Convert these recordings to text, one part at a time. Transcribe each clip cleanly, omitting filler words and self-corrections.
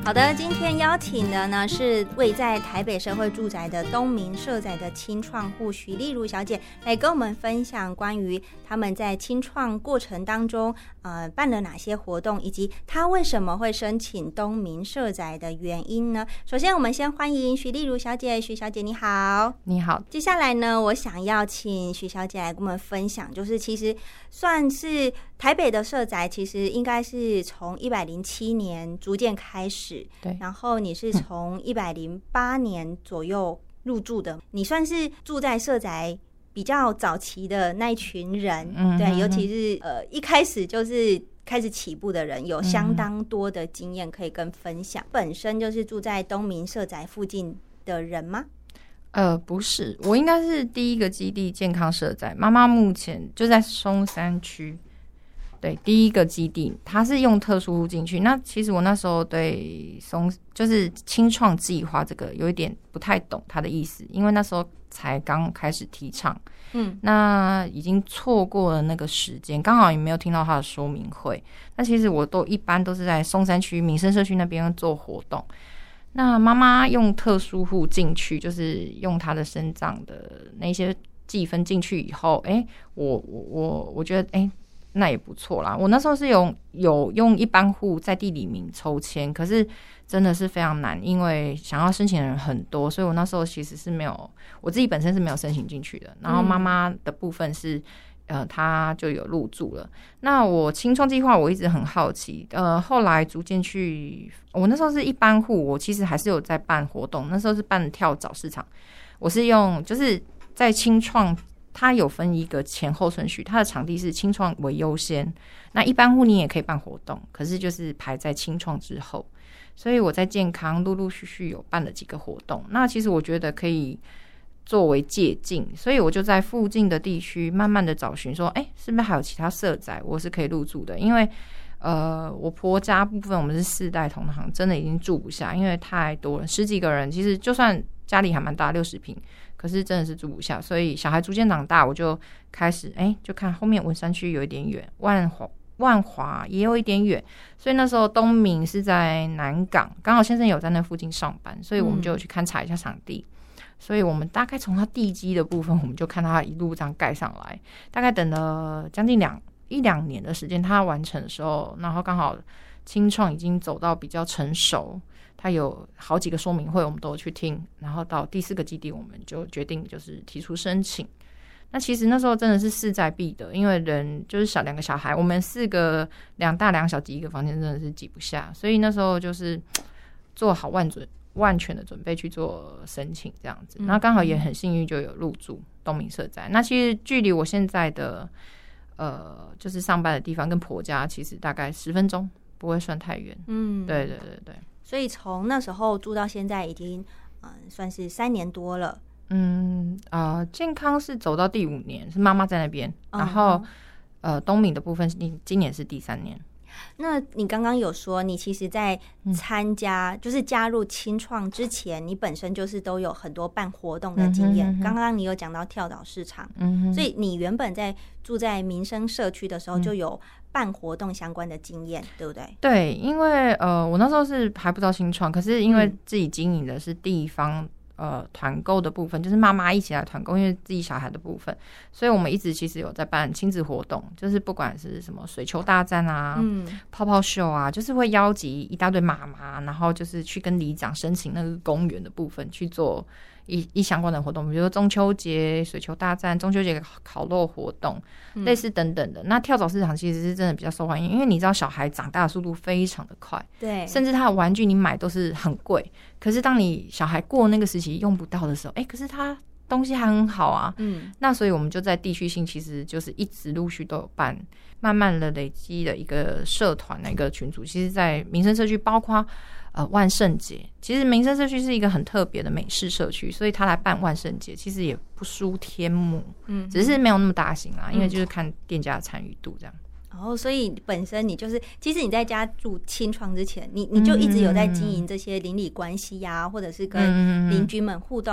好的，今天邀请的呢是位在台北社会住宅的东明社宅的青创户许丽如小姐，来跟我们分享关于他们在青创过程当中办了哪些活动，以及她为什么会申请东明社宅的原因呢？首先我们先欢迎许丽如小姐。许小姐你好。 你好。 接下来呢，我想要请许小姐来跟我们分享，就是其实算是台北的社宅，其实应该是从107年逐渐开始， 对， 然后你是从108年左右入住的，你算是住在社宅比较早期的那一群人，对，尤其是一开始就是开始起步的人，有相当多的经验可以跟分享。本身就是住在东明社宅附近的人吗？ 不是，我应该是第一个基地健康社宅，妈妈目前就在松山区。对，第一个基地它是用特殊户进去。那其实我那时候对就是青创计划这个有一点不太懂它的意思，因为那时候才刚开始提倡，那已经错过了那个时间，刚好也没有听到它的说明会。那其实我一般都是在松山区民生社区那边做活动。那妈妈用特殊户进去，就是用她的身障的那些计分进去以后，我觉得那也不错啦。我那时候是有用一般户在地里面抽签，可是真的是非常难，因为想要申请的人很多，所以我那时候其实是没有，我自己本身是没有申请进去的。然后妈妈的部分是她就有入住了。那我青创计划我一直很好奇，后来逐渐去，我那时候是一般户，我其实还是有在办活动，那时候是办跳蚤市场，我是用就是在青创。它有分一个前后顺序，它的场地是青创为优先，那一般户你也可以办活动，可是就是排在青创之后。所以我在健康陆陆续续有办了几个活动，那其实我觉得可以作为借鉴，所以我就在附近的地区慢慢的找寻说，是不是还有其他社宅我是可以入住的？因为我婆家部分我们是4代同堂，真的已经住不下，因为太多了，10几个人，其实就算家里还蛮大，60坪，可是真的是住不下，所以小孩逐渐长大，我就开始就看后面文山区有一点远，万华也有一点远，所以那时候东明是在南港，刚好先生有在那附近上班，所以我们就有去勘察一下场地。所以我们大概从他地基的部分，我们就看到他一路这样盖上来，大概等了将近一两年的时间，他完成的时候，然后刚好青创已经走到比较成熟，他有好几个说明会我们都有去听，然后到第4个基地我们就决定就是提出申请。那其实那时候真的是势在必得，因为人就是2个小孩，我们4个2大2小挤一个房间真的是挤不下，所以那时候就是做好万全的准备去做申请这样子。那刚好也很幸运就有入住东明社宅。那其实距离我现在的就是上班的地方跟婆家其实大概10分钟，不会算太远。对。 所以从那时候住到现在已经算是3年多了。 健康是走到第5年，是妈妈在那边，然后东明的部分今年是第3年。 那你刚刚有说你其实在参加就是加入青创之前，你本身就是都有很多办活动的经验。刚刚你有讲到跳蚤市场，所以你原本在住在民生社区的时候就有办活动相关的经验，对不对？ 对，因为我那时候是还不知道青创，可是因为自己经营的是地方团购的部分，就是妈妈一起来团购，因为自己小孩的部分，所以我们一直其实有在办亲子活动，就是不管是什么水球大战啊、泡泡秀啊，就是会邀集一大堆妈妈，然后就是去跟里长申请那个公园的部分去做一相关的活动，比如说中秋节水球大战、中秋节烤肉活动，类似等等的。那跳蚤市场其实是真的比较受欢迎，因为你知道小孩长大的速度非常的快， 对， 甚至他的玩具你买都是很贵，可是当你小孩过那个时期用不到的时候，可是他东西还很好啊。那所以我们就在地区性其实就是一直陆续都有办，慢慢的累积的一个社团的一个群组。其实在民生社区包括万圣节，其实民生社区是一个很特别的美式社区，所以他来办万圣节其实也不输天幕，只是没有那么大型啦，因为就是看店家的参与度这样。 所以本身你就是其实你在家住青创之前，你就一直有在经营这些邻里关系啊，或者是跟邻居们互动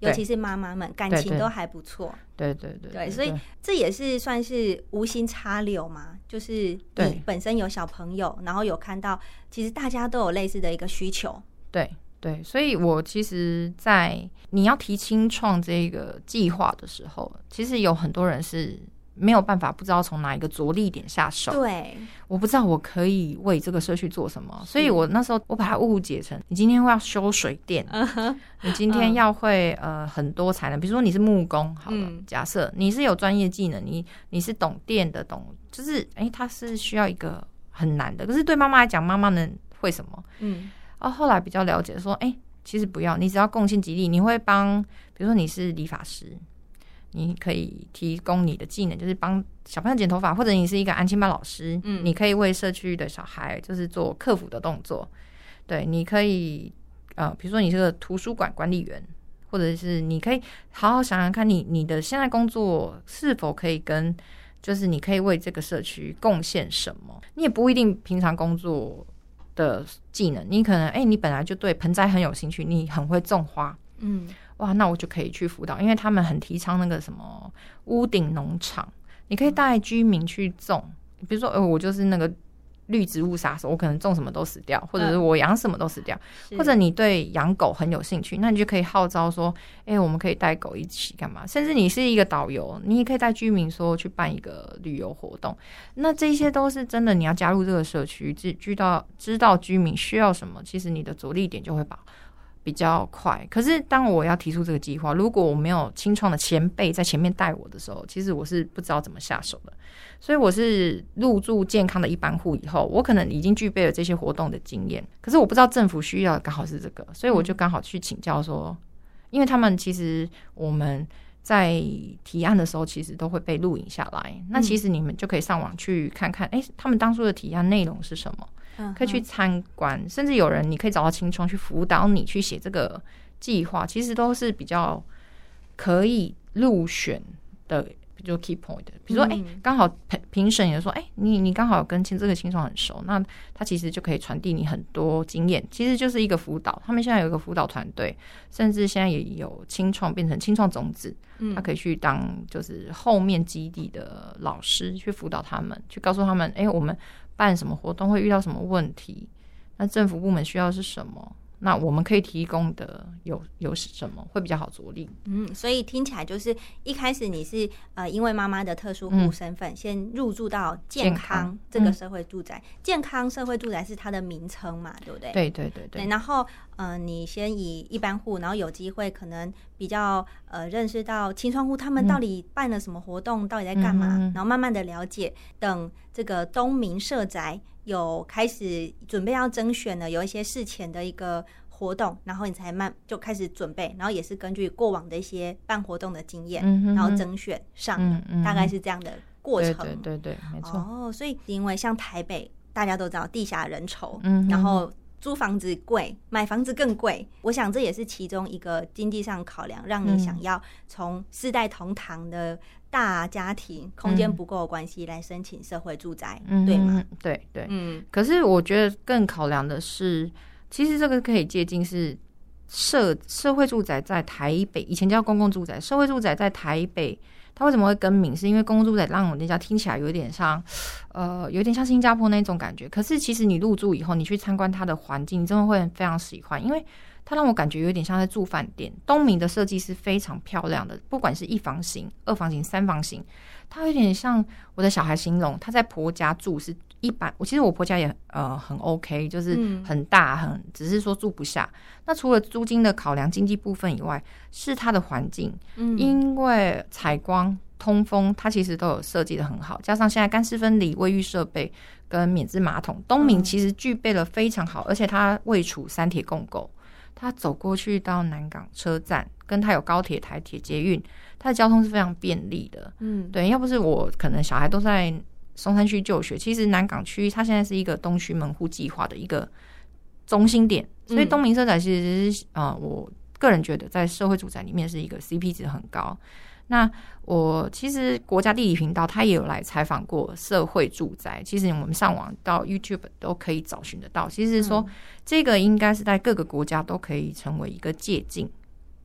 尤其是妈妈们感情都还不错。 对对对 对， 所以这也是算是无心插柳嘛，就是你本身有小朋友，然后有看到其实大家都有类似的一个需求。 对对，所以我其实在你要提青创这个计划的时候，其实有很多人是没有办法，不知道从哪一个着力点下手。 对， 我不知道我可以为这个社区做什么，所以我那时候我把它误解成你今天会要修水电，你今天要会很多才能，比如说你是木工好了，假设你是有专业技能，你是懂电的，懂就是它是需要一个很难的，可是对妈妈来讲，妈妈能会什么？后来比较了解说，其实不要，你只要贡献极力，你会帮，比如说你是理发师。你可以提供你的技能，就是帮小朋友剪头发，或者你是一个安亲班老师，你可以为社区的小孩就是做客服的动作。对，你可以比如说你是个图书馆管理员，或者是你可以好好想想看你的现在工作是否可以跟，就是你可以为这个社区贡献什么。你也不一定平常工作的技能，你可能你本来就对盆栽很有兴趣，你很会种花，哇，那我就可以去辅导，因为他们很提倡那个什么屋顶农场，你可以带居民去种，比如说我就是那个绿植物杀手，我可能种什么都死掉，或者是我养什么都死掉，或者你对养狗很有兴趣，那你就可以号召说我们可以带狗一起干嘛，甚至你是一个导游，你也可以带居民说去办一个旅游活动，那这些都是真的，你要加入这个社区，知道居民需要什么，其实你的着力点就会比较快。可是当我要提出这个计划，如果我没有青创的前辈在前面带我的时候，其实我是不知道怎么下手的。所以我是入住健康的一般户以后，我可能已经具备了这些活动的经验，可是我不知道政府需要刚好是这个，所以我就刚好去请教说，因为他们其实我们在提案的时候其实都会被录影下来，那其实你们就可以上网去看看他们当初的提案内容是什么，可以去参观，甚至有人你可以找到青创去辅导你去写这个计划，其实都是比较可以入选的，就 key point。比如说刚好评审也说你刚好跟这个青创很熟，那他其实就可以传递你很多经验，其实就是一个辅导。他们现在有一个辅导团队，甚至现在也有青创变成青创种子，他可以去当就是后面基地的老师，去辅导他们，去告诉他们我们办什么活动会遇到什么问题，那政府部门需要的是什么，那我们可以提供的有什么会比较好着力。 所以听起来就是一开始你是因为妈妈的特殊户身份，先入住到健康这个社会住宅，健康社会住宅是它的名称嘛，对不对？ 对对对 对。 然后你先以一般户，然后有机会可能比较认识到青创户他们到底办了什么活动，到底在干嘛，然后慢慢的了解，等这个东明社宅有开始准备要甄选了，有一些事前的一个活动，然后你才就开始准备，然后也是根据过往的一些办活动的经验，然后甄选上，大概是这样的过程。 对对对对，没错。 所以因为像台北大家都知道地狭人稠，然后租房子贵，买房子更贵，我想这也是其中一个经济上考量，让你想要从世代同堂的大家庭空间不够的关系来申请社会住宅，对吗？ 对对，可是我觉得更考量的是，其实这个可以接近是社会住宅在台北以前叫公共住宅，社会住宅在台北它为什么会更名？是因为公共住宅让人家听起来有点像新加坡那种感觉。可是其实你入住以后，你去参观它的环境，你真的会非常喜欢，因为它让我感觉有点像在住饭店。东明的设计是非常漂亮的，不管是1房型、2房型、3房型，它有点像我的小孩形容，他在婆家住是一般。其实我婆家也很 OK， 就是很大，只是说住不下。那除了租金的考量、经济部分以外，是它的环境，因为采光、通风，它其实都有设计的很好，加上现在干湿分离、卫浴设备跟免治马桶，东明其实具备了非常好，而且它位处3铁共构。它走过去到南港车站，跟它有高铁、台铁、捷运，它的交通是非常便利的。对，要不是我可能小孩都在松山区就学，其实南港区它现在是一个东区门户计划的一个中心点，所以东明社宅其实是我个人觉得在社会住宅里面是一个 CP 值很高。那我其实国家地理频道他也有来采访过社会住宅，其实我们上网到 YouTube 都可以找寻得到。其实说这个应该是在各个国家都可以成为一个借鉴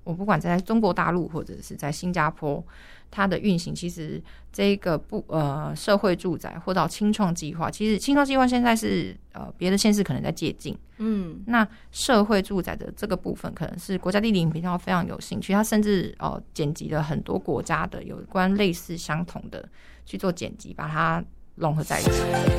我不管在中国大陆或者是在新加坡，它的运行其实这个社会住宅或到青创计划，其实青创计划现在是别的县市可能在借鉴，那社会住宅的这个部分可能是国家地理频道非常有兴趣，它甚至剪辑了很多国家的有关类似相同的去做剪辑，把它融合在一起。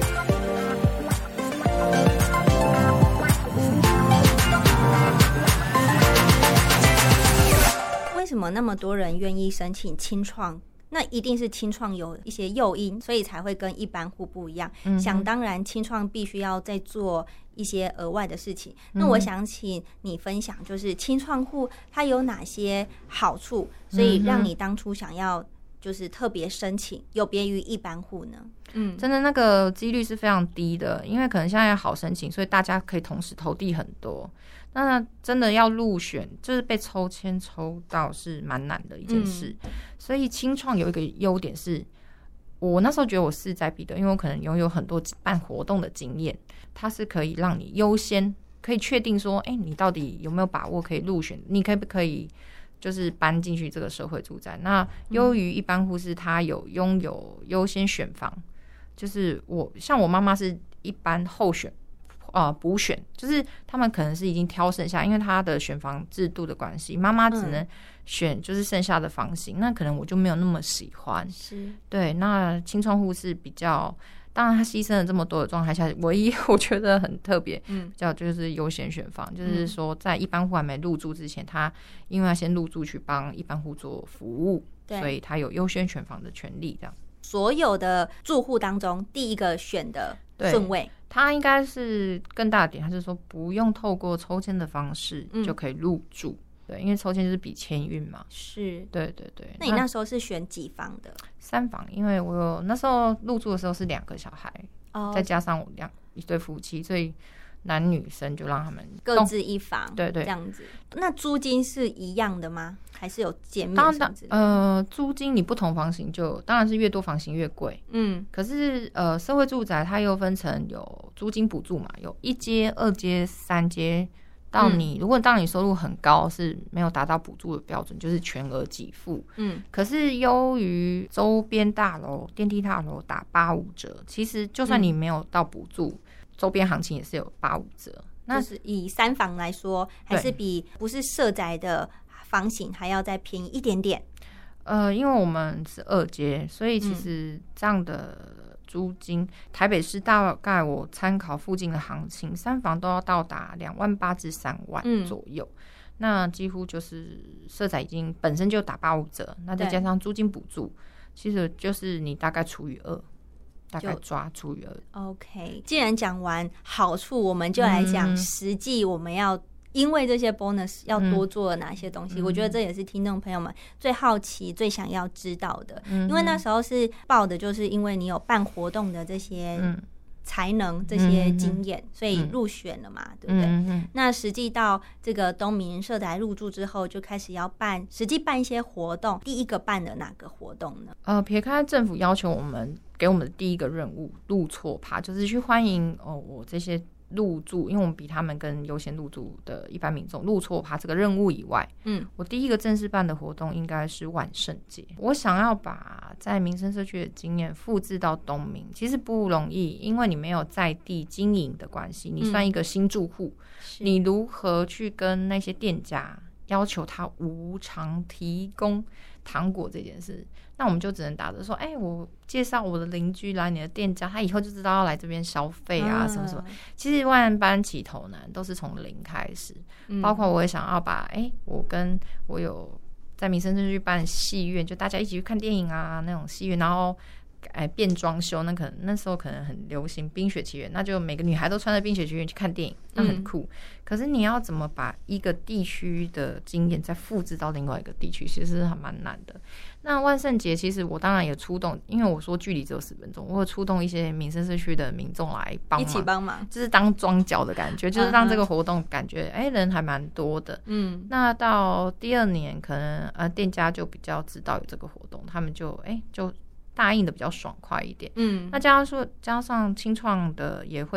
为什么那么多人愿意申请青创？那一定是青创有一些诱因，所以才会跟一般户不一样。想当然，青创必须要再做一些额外的事情。那我想请你分享，就是青创户它有哪些好处，所以让你当初想要就是特别申请，有别于一般户呢？ 真的那个几率是非常低的，因为可能现在好申请，所以大家可以同时投递很多。那真的要入选，就是被抽签抽到是蛮难的一件事。所以青创有一个优点是，我那时候觉得我势在必得，因为我可能拥有很多办活动的经验，它是可以让你优先可以确定说，你到底有没有把握可以入选，你可不可以就是搬进去这个社会住宅。那优于一般户是他拥有优先选房，就是像我妈妈是一般候选补选，就是他们可能是已经挑剩下，因为他的选房制度的关系，妈妈只能选就是剩下的房型，那可能我就没有那么喜欢。 是， 对，那青创户是比较，当然他牺牲了这么多的状态下，唯一我觉得很特别，比较就是优先选房，就是说在一般户还没入住之前，他因为要先入住去帮一般户做服务，所以他有优先选房的权利，这样。 所有的住户当中，第一个选的顺位， 它应该是更大的点，它是说不用透过抽签的方式就可以入住。对，因为抽签就是比签运嘛。 是， 对对对。 那你那时候是选几房的 ？3房，因为我那时候入住的时候是2个小孩，再加上我一对夫妻，所以男女生就让他们各自一房， 对对， 这样子。那租金是一样的吗？还是有减免？ 当然，租金你不同房型就当然是越多房型越贵。可是社会住宅它又分成有租金补助嘛，有1阶、2阶、3阶。到你如果当你收入很高，是没有达到补助的标准，就是全额给付。可是优于周边大楼、电梯大楼打85折，其实就算你没有到补助，周边行情也是有85折。 那就是以3房来说，还是比不是社宅的房型还要再便宜一点点。 因为我们是2阶，所以其实这样的租金，台北市大概我参考附近的行情，3房都要到达28000至3万左右。那几乎就是社宅已经本身就打85折，那再加上租金补助，其实就是你大概除以2。大概抓除以2。 OK， 既然讲完好处，我们就来讲实际我们要因为这些 bonus 要多做哪些东西。我觉得这也是听众朋友们最好奇、最想要知道的。因为那时候是报的，就是因为你有办活动的这些才能、这些经验，所以入选了嘛，对不对？那实际到这个东明社宅入住之后，就开始要实际办一些活动。第一个办的哪个活动呢？ 撇开政府要求给我们的第一个任务入错趴，就是去欢迎我这些入住，因为我们比他们更优先入住的一般民众入错趴这个任务以外，我第一个正式办的活动应该是万圣节。我想要把在民生社区的经验复制到东明，其实不容易，因为你没有在地经营的关系，你算一个新住户，你如何去跟那些店家要求他无偿提供糖果这件事？那我们就只能打着说，我介绍我的邻居来你的店家，他以后就知道要来这边消费啊，什么什么。其实万般起头难，都是从零开始。包括我也想要把，我有在民生社区办戏院，就大家一起去看电影啊，那种戏院，然后变装修，那时候可能很流行冰雪奇缘，那就每个女孩都穿着冰雪奇缘去看电影，那很酷。可是你要怎么把一个地区的经验再复制到另外一个地区，其实还蛮难的。那万圣节其实我当然也出动，因为我说距离只有10分钟，我有出动一些民生社区的民众来帮忙， 一起帮忙， 就是当庄脚的感觉，就是让这个活动感觉人还蛮多的。那到第2年可能店家就比较知道有这个活动，他们就答应的比较爽快一点。那加上青创的也会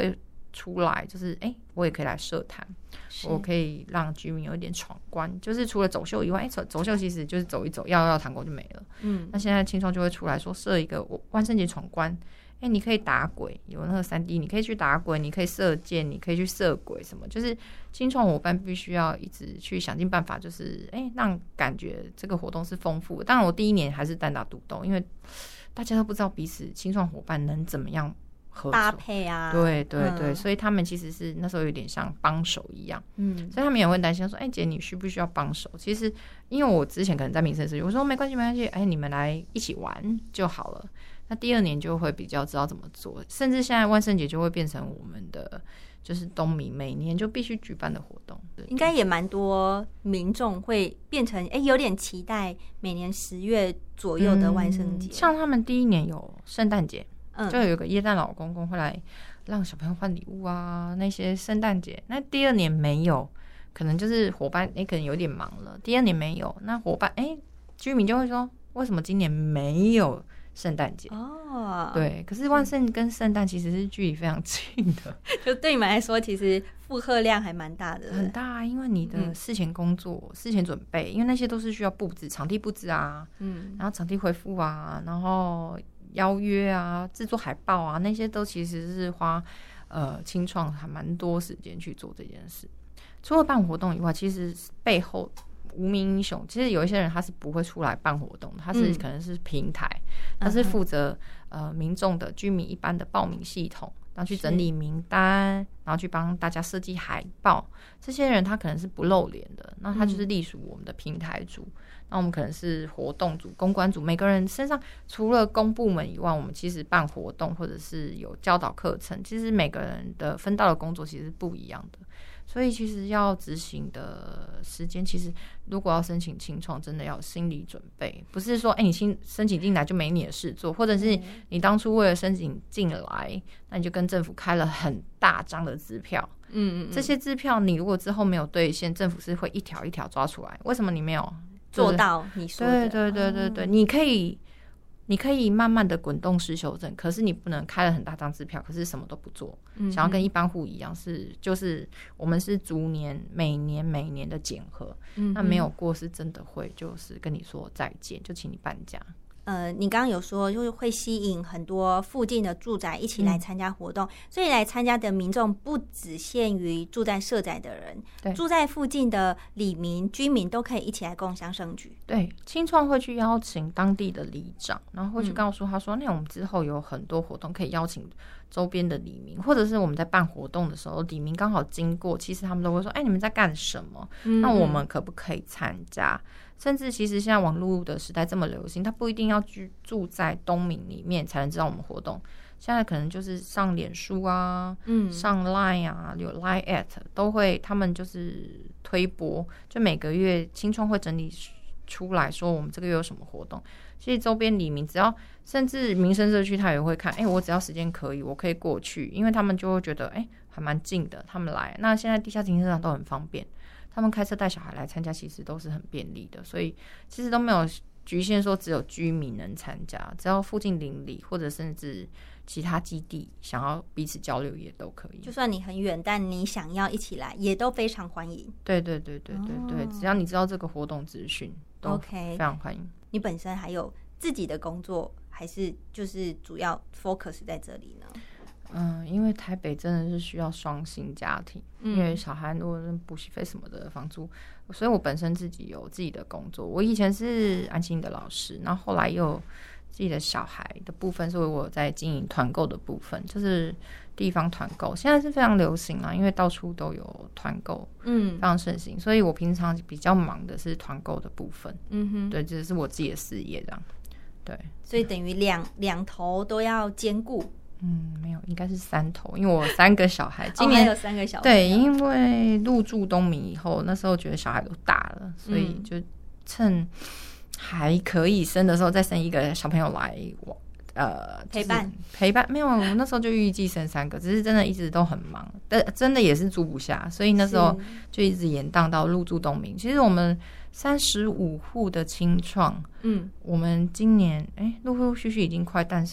出来，就是我也可以来设摊，我可以让居民有一点闯关，就是除了走秀以外，走秀其实就是走一走，要团购就没了。那现在青创就会出来说设一个万圣节闯关，你可以打鬼，有那个3D， 你可以去打鬼，你可以射箭，你可以去射鬼什么，就是青创伙伴必须要一直去想尽办法，就是让感觉这个活动是丰富的。当然我第一年还是单打独斗，因为大家都不知道彼此青创伙伴能怎么样合作搭配啊， 对对对，所以他们其实是那时候有点像帮手一样，所以他们也会担心说，姐你需不需要帮手？其实因为我之前可能在民生社区，我说没关系没关系，你们来一起玩就好了。那第2年就会比较知道怎么做，甚至现在万圣节就会变成我们的就是东明每年就必须举办的活动， 应该也蛮多民众会变成有点期待每年10月左右的万圣节， 像他们第1年有圣诞节。就有个耶诞老公公会来让小朋友换礼物啊，那些圣诞节。那第2年没有，可能就是伙伴可能有点忙了。第2年没有，那伙伴居民就会说，为什么今年没有圣诞节？对，可是万圣跟圣诞其实是距离非常近的， 就对你们来说，其实负荷量还蛮大的， 很大，因为你的事前工作、事前准备，因为那些都是需要布置、场地布置啊，然后场地回复啊，然后邀约啊，制作海报啊，那些都其实是花青创还蛮多时间去做这件事。除了办活动以外，其实背后无名英雄，其实有一些人他是不会出来办活动，他是可能是平台，他是负责民众的居民一般的报名系统，然后去整理名单，然后去帮大家设计海报。这些人他可能是不露脸的，那他就是隶属我们的平台组。那我们可能是活动组、公关组，每个人身上除了公部门以外，我们其实办活动或者是有教导课程，其实每个人的分到的工作其实是不一样的。所以其实要执行的时间，其实如果要申请青创，真的要有心理准备，不是说你申请进来就没你的事做，或者是你当初为了申请进来，那你就跟政府开了很大张的支票，这些支票你如果之后没有兑现，政府是会一条一条抓出来，为什么你没有做到你说的？ 对，你可以慢慢的滚动式修正，可是你不能开了很大张支票，可是什么都不做，想要跟一般户一样，就是我们是逐年每年的检核，那没有过是真的会就是跟你说再见，就请你搬家。 你刚刚有说就是会吸引很多附近的住宅一起来参加活动，所以来参加的民众不只限于住在社宅的人，住在附近的里民居民都可以一起来共襄盛举。 对，青创会去邀请当地的里长，然后会去告诉他说，那我们之后有很多活动可以邀请周边的里民，或者是我们在办活动的时候，里民刚好经过，其实他们都会说，你们在干什么？那我们可不可以参加？甚至其实现在网络的时代这么流行，他不一定要居住在东明里面才能知道我们活动。现在可能就是上脸书啊，上 Line 啊，有 Line at 都会，他们就是推播，就每个月青创会整理出来说我们这个月有什么活动。其实周边里民只要，甚至民生社区他也会看，我只要时间可以，我可以过去，因为他们就会觉得还蛮近的，他们来。那现在地下停车场都很方便，他们开车带小孩来参加，其实都是很便利的，所以其实都没有局限说只有居民能参加，只要附近邻里或者甚至其他基地想要彼此交流也都可以。 就算你很远，但你想要一起来，也都非常欢迎。 对，只要你知道这个活动资讯，都非常欢迎。 你本身还有自己的工作，还是就是主要 focus 在这里呢？ 因为台北真的是需要双薪家庭，因为小孩如果补习费什么的房租，所以我本身自己有自己的工作。我以前是安心的老师，然后后来又有自己的小孩的部分，所以我在经营团购的部分，就是地方团购，现在是非常流行啦，因为到处都有团购，非常盛行，所以我平常比较忙的是团购的部分，对，这是我自己的事业这样，对， 所以等于两头都要兼顾。 没有，应该是3头，因为我有3个小孩，今年还有3个小孩。 对，因为入住东明以后，那时候觉得小孩都大了，所以就趁还可以生的时候再生一个小朋友来，陪伴。没有，我那时候就预计生3个，只是真的一直都很忙，但真的也是住不下，所以那时候就一直延宕到入住东明。其实我们35户的青创，我们今年陆陆续续已经快诞生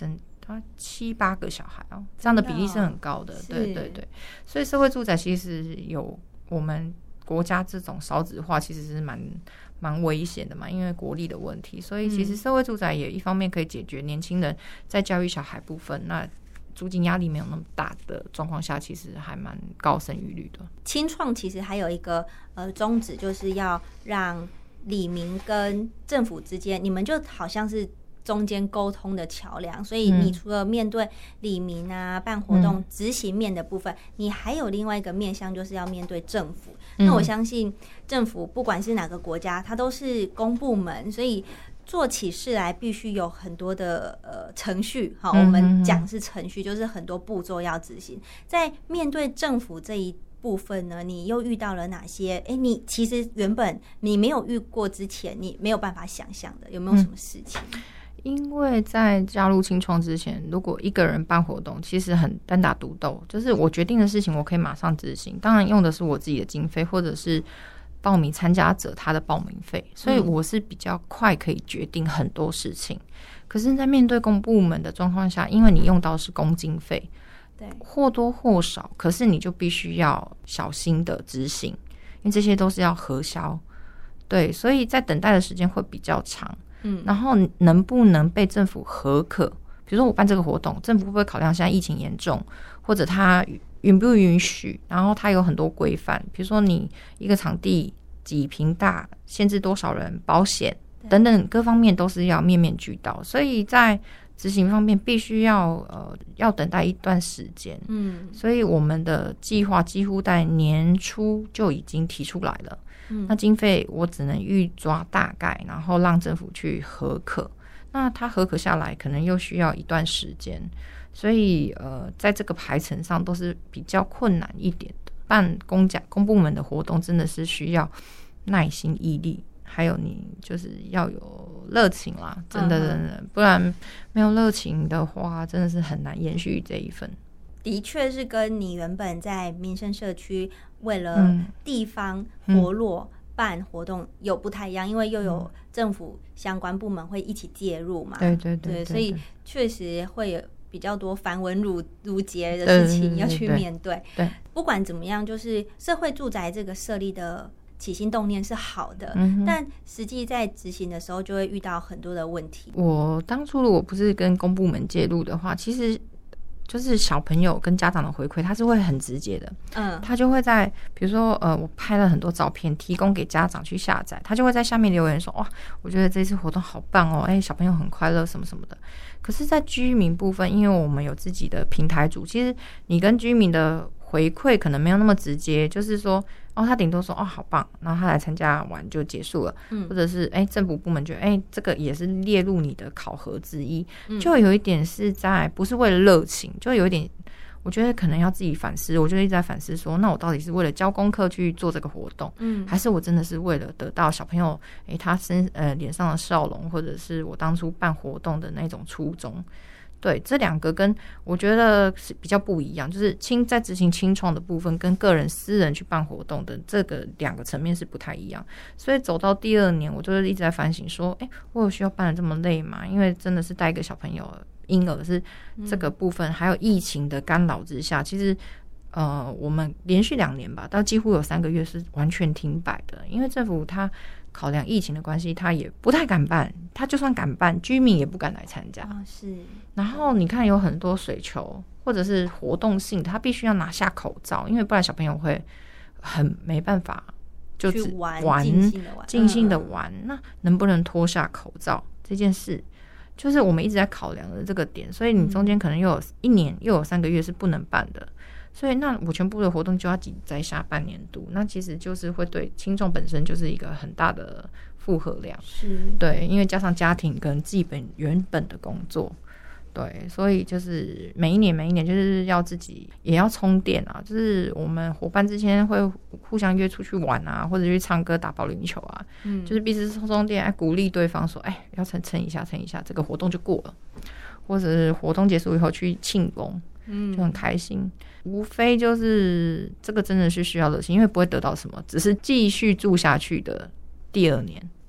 他7、8个小孩哦，这样的比例是很高的。对对对，所以社会住宅其实有我们国家这种少子化其实是蛮危险的嘛，因为国力的问题，所以其实社会住宅也一方面可以解决年轻人在教育小孩部分，那租金压力没有那么大的状况下，其实还蛮高生育率的。 青创其实还有一个宗旨，就是要让里民跟政府之间，你们就好像是中间沟通的桥梁，所以你除了面对里民啊办活动执行面的部分，你还有另外一个面向，就是要面对政府。那我相信政府不管是哪个国家，它都是公部门，所以做起事来必须有很多的程序。好，我们讲是程序，就是很多步骤要执行。在面对政府这一部分呢，你又遇到了哪些？你其实原本你没有遇过之前，你没有办法想象的，有没有什么事情？ 因为在加入青创之前，如果一个人办活动，其实很单打独斗，就是我决定的事情我可以马上执行，当然用的是我自己的经费或者是报名参加者他的报名费，所以我是比较快可以决定很多事情。可是在面对公部门的状况下，因为你用到的是公经费，对，或多或少，可是你就必须要小心的执行，因为这些都是要核销，对，所以在等待的时间会比较长。然后能不能被政府核可，比如说我办这个活动，政府会不会考量现在疫情严重，或者他允不允许，然后他有很多规范，比如说你一个场地几坪大，限制多少人，保险等等各方面都是要面面俱到，所以在执行方面必须要等待一段时间。所以我们的计划几乎在年初就已经提出来了。那经费我只能预抓大概，然后让政府去核可。那他核可下来，可能又需要一段时间，所以在这个排程上都是比较困难一点的。办公部门的活动真的是需要耐心毅力，还有你就是要有热情啦，真的，不然没有热情的话，真的是很难延续这一份。 的确是跟你原本在民生社区为了地方活络办活动有不太一样，因为又有政府相关部门会一起介入嘛。对，所以确实会有比较多繁文缛节的事情要去面对。对，不管怎么样，就是社会住宅这个设立的起心动念是好的，但实际在执行的时候就会遇到很多的问题。我当初如果不是跟公部门介入的话，其实就是小朋友跟家长的回馈，他是会很直接的。他就会在比如说我拍了很多照片提供给家长去下载，他就会在下面留言说，哇，我觉得这次活动好棒哦，小朋友很快乐什么什么的。可是在居民部分，因为我们有自己的平台组，其实你跟居民的回馈可能没有那么直接，就是说他顶多说好棒，然后他来参加完就结束了，或者是政府部门觉得这个也是列入你的考核之一，就有一点是在不是为了热情，就有一点我觉得可能要自己反思。我就一直在反思说，那我到底是为了教功课去做这个活动，还是我真的是为了得到小朋友他脸上的笑容，或者是我当初办活动的那种初衷。对，这两个跟我觉得是比较不一样，就是在执行青创的部分跟个人私人去办活动的这个两个层面是不太一样。所以走到第2年，我就是一直在反省说，我有需要办得这么累吗？因为真的是带一个小朋友婴儿是这个部分，还有疫情的干扰之下，其实我们连续2年吧，到几乎有3个月是完全停摆的，因为政府他考量疫情的关系，他也不太敢办，他就算敢办，居民也不敢来参加。 是。然后你看有很多水球或者是活动性的，他必须要拿下口罩，因为不然小朋友会很没办法就只玩尽兴的玩。那能不能脱下口罩这件事，就是我们一直在考量的这个点，所以你中间可能又有1年又有3个月是不能办的。所以那我全部的活动就要挤在下半年度，那其实就是会对青创本身就是一个很大的负荷量。是。对，因为加上家庭跟自己原本的工作，对，所以就是每一年就是要自己也要充电啊，就是我们伙伴之间会互相约出去玩啊，或者去唱歌打保龄球啊，就是彼此充电，鼓励对方说要撑一下，这个活动就过了，或者是活动结束以后去庆功，就很开心。无非就是这个真的是需要热情，因为不会得到什么，只是继续住下去的第2年。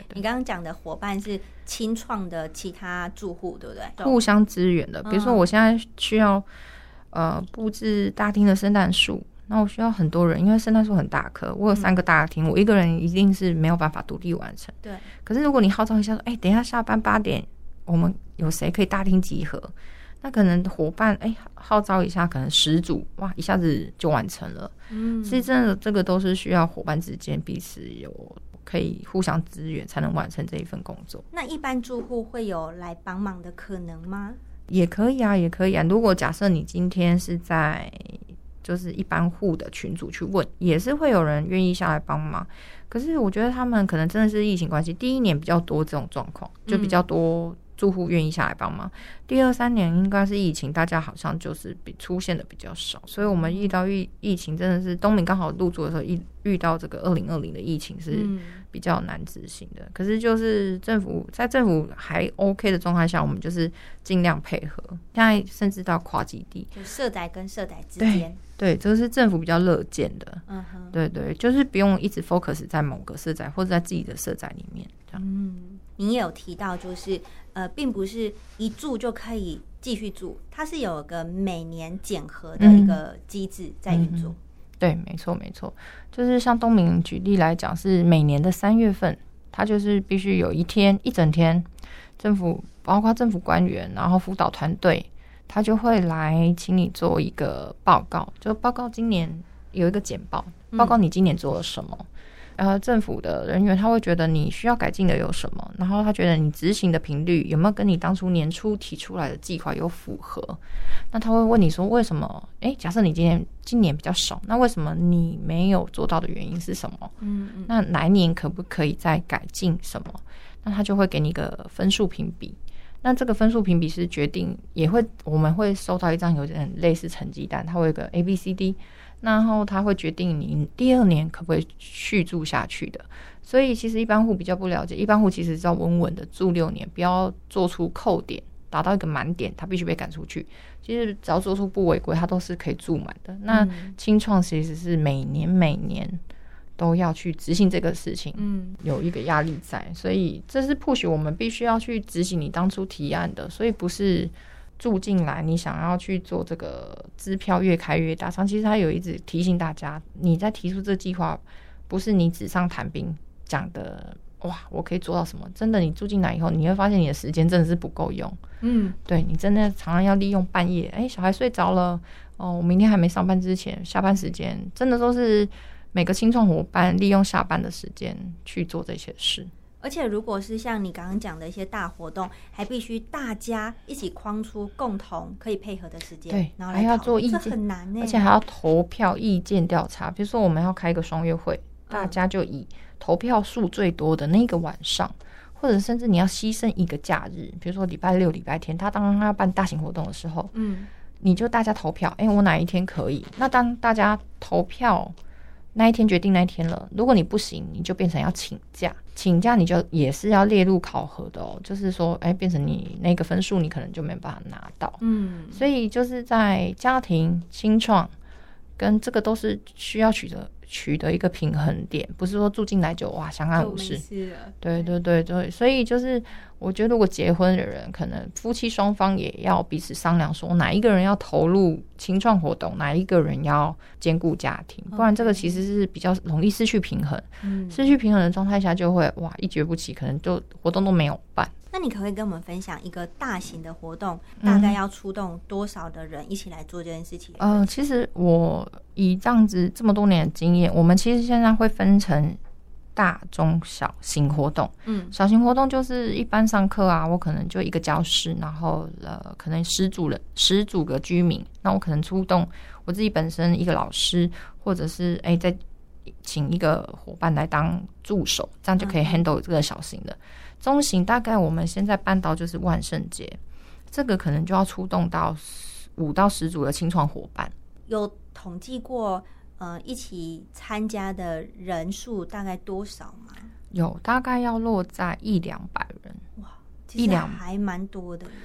你刚刚讲的伙伴是青创的其他住户，对不对？ 互相支援的。比如说我现在需要布置大厅的圣诞树，那我需要很多人，因为圣诞树很大棵，我有3个大厅，我一个人一定是没有办法独立完成。 对。 可是如果你号召一下说，等一下下班8点，我们有谁可以大厅集合？那可能伙伴号召一下，可能10组，哇，一下子就完成了。其实真的这个都是需要伙伴之间彼此有可以互相支援，才能完成这一份工作。 那一般住户会有来帮忙的可能吗？ 也可以啊，也可以啊。如果假设你今天是在就是一般户的群组去问，也是会有人愿意下来帮忙。可是我觉得他们可能真的是疫情关系，第1年比较多这种状况，就比较多住户愿意下来帮忙。第2、3年应该是疫情，大家好像就是出现的比较少，所以我们遇到疫情真的是东明刚好入住的时候遇到这个2020的疫情是比较难执行的。可是就是政府还 OK 的状态下，我们就是尽量配合。现在甚至到跨基地， 就社宅跟社宅之间， 对，这是政府比较乐见的。对，就是不用一直 focus 在某个社宅或者在自己的社宅里面这样。 您也有提到，就是并不是一住就可以继续住，它是有个每年检核的一个机制在运作。 对，没错，就是像东明举例来讲，是每年的3月份，它就是必须有一整天，政府包括政府官员，然后辅导团队，他就会来请你做一个报告，就报告今年有一个简报，报告你今年做了什么。政府的人员他会觉得你需要改进的有什么，然后他觉得你执行的频率有没有跟你当初年初提出来的计划有符合，那他会问你说为什么假设你今年比较少，那为什么你没有做到的原因是什么？那哪一年可不可以再改进什么？那他就会给你一个分数评比。那这个分数评比是决定，我们会收到一张有点类似成绩单，它会有一个 ABCD， 然后它会决定你第2年可不可以续住下去的。所以其实一般户比较不了解，一般户其实是要稳稳的住6年，不要做出扣点，达到一个满点，它必须被赶出去。其实只要做出不违规，它都是可以住满的。那青创其实是每年都要去执行这个事情，有一个压力在，所以这是 push 我们必须要去执行你当初提案的，所以不是住进来你想要去做这个支票越开越大，其实他有一直提醒大家，你在提出这个计划，不是你纸上谈兵讲的哇我可以做到什么，真的你住进来以后，你会发现你的时间真的是不够用。对，你真的常常要利用半夜，小孩睡着了我明天还没上班之前，下班时间真的都是每个青创伙伴利用下班的时间去做这些事。 而且如果是像你刚刚讲的一些大活动，还必须大家一起框出共同可以配合的时间， 对， 然后还要做意见， 这很难而且还要投票意见调查。比如说我们要开一个双月会，大家就以投票数最多的那个晚上，或者甚至你要牺牲一个假日，比如说礼拜6、礼拜天，他当他要办大型活动的时候，你就大家投票，我哪一天可以？那当大家投票那一天决定那一天了，如果你不行，你就变成要请假你就也是要列入考核的就是说变成你那个分数你可能就没办法拿到。所以就是在家庭青创跟这个都是需要取得一个平衡点，不是说住进来就哇相安无事。对，所以就是我觉得如果结婚的人，可能夫妻双方也要彼此商量，说哪一个人要投入青创活动，哪一个人要兼顾家庭，不然这个其实是比较容易失去平衡。失去平衡的状态下，就会哇一蹶不起，可能就活动都没有办。 那你可不可以跟我们分享一个大型的活动，大概要出动多少的人一起来做这件事情？ 其实我以这样子这么多年的经验，我们其实现在会分成大中小型活动。小型活动就是一般上课啊，我可能就一个教室，然后可能10组个居民，那我可能出动我自己本身一个老师，或者是再请一个伙伴来当助手，这样就可以 handle 这个小型的。中型大概我们现在办到就是万圣节，这个可能就要出动到5到10组的青创伙伴。 有统计过一起参加的人数大概多少吗？ 有，大概要落在100-200人。 哇，其实还蛮多的。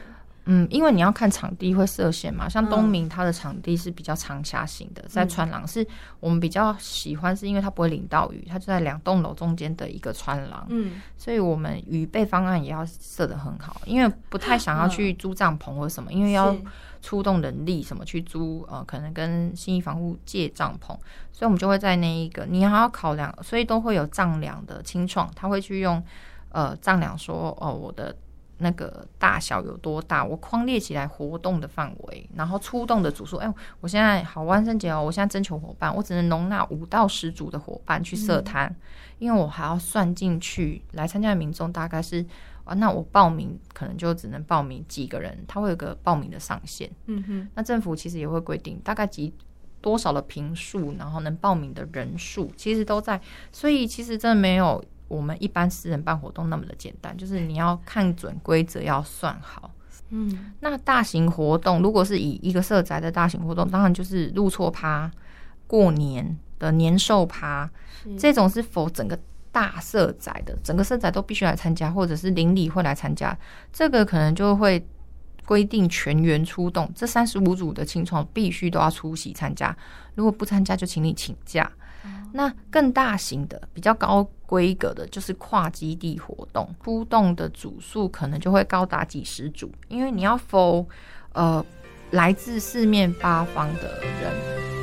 因为你要看场地会设限嘛，像东明它的场地是比较长狭型的，在穿廊是我们比较喜欢，是因为它不会淋到雨，它就在2栋楼中间的一个穿廊，所以我们雨备方案也要设得很好，因为不太想要去租帐篷或什么，因为要出动人力什么去租可能跟信义房屋借帐篷，所以我们就会在那一个你还要考量，所以都会有丈量的清创，他会去用丈量说我的那个大小有多大，我框列起来活动的范围，然后出动的组数。我现在好万圣节我现在征求伙伴，我只能容纳5到10组的伙伴去设摊，因为我还要算进去来参加的民众大概是那我报名可能就只能报名几个人，他会有个报名的上限。那政府其实也会规定大概多少的坪数，然后能报名的人数，其实都在，所以其实真的没有我们一般私人办活动那么的简单，就是你要看准规则，要算好。那大型活动，如果是以一个社宅的大型活动，当然就是入厝趴、过年的年兽趴，这种是否整个大社宅的，整个社宅都必须来参加，或者是邻里会来参加，这个可能就会规定全员出动，这35组的青创必须都要出席参加，如果不参加就请你请假。那更大型的比较高规格的就是跨基地活动，出动的组数可能就会高达几十组，因为你要否来自四面八方的人。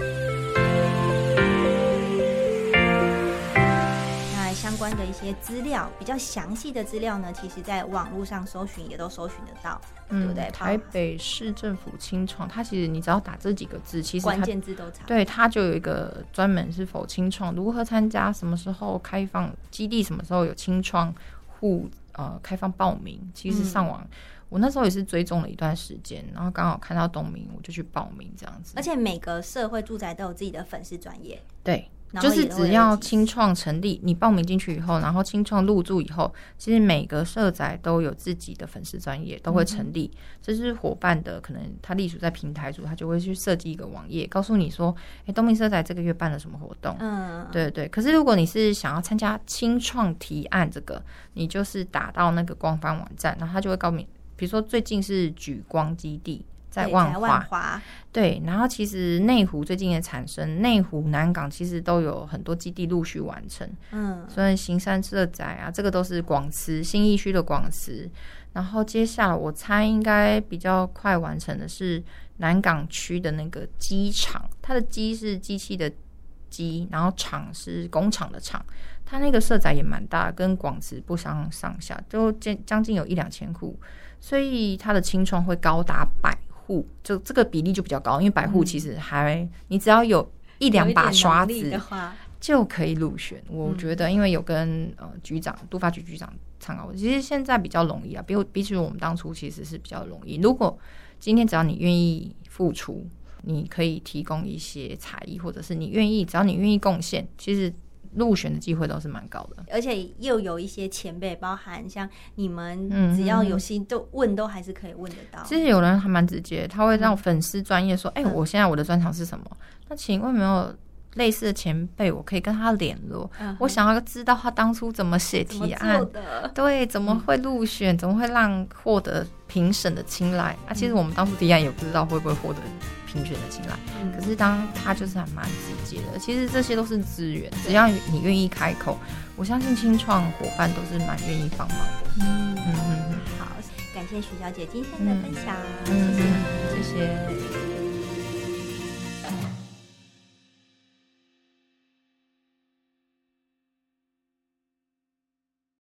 相关的一些资料，比较详细的资料呢，其实在网络上搜寻也都搜寻得到，对不对？ 台北市政府青创，它其实你只要打这几个字，其实关键字都查， 对，它就有一个专门是否青创，如何参加，什么时候开放基地，什么时候有青创户开放报名。其实上网，我那时候也是追踪了一段时间，然后刚好看到东明，我就去报名这样子。 而且每个社会住宅都有自己的粉丝专页， 对。就是只要青创成立，你报名进去以后，然后青创入驻以后，其实每个社宅都有自己的粉丝专页，都会成立。这是伙伴的，可能他隶属在平台组，他就会去设计一个网页，告诉你说，东明社宅这个月办了什么活动。对对。可是如果你是想要参加青创提案这个，你就是打到那个官方网站，然后他就会告诉你，比如说最近是举光基地。在万华，对，然后其实内湖最近也产生，内湖、南港其实都有很多基地陆续完成，所以行山社宅啊，这个都是广慈信义区的广慈，然后接下来我猜应该比较快完成的是南港区的那个机场，它的机是机器的机，然后厂是工厂的厂，它那个社宅也蛮大，跟广慈不相上下，就将近有1-2000户，所以它的青创会高达100户，就这个比例就比较高，因为100户其实你只要有1-2把刷子就可以入选。我觉得因为有跟局长都发局局长参考，其实现在比较容易啊，比起我们当初其实是比较容易。如果今天只要你愿意付出，你可以提供一些才艺，或者是只要你愿意贡献，其实入选的机会都是蛮高的， 而且又有一些前辈，包含像你们，只要有心都还是可以问得到。 其实有人还蛮直接，他会让粉丝专业说，我现在我的专长是什么？那请问有没有类似的前辈，我可以跟他联络？我想要知道他当初怎么写提案，对，怎么会入选，怎么会获得评审的青睐啊？其实我们当初提案也不知道会不会获得评选的青睐，可是当他就是还蛮直接的。其实这些都是资源，只要你愿意开口，我相信青创伙伴都是蛮愿意帮忙的。 好，感谢徐小姐今天的分享， 谢谢。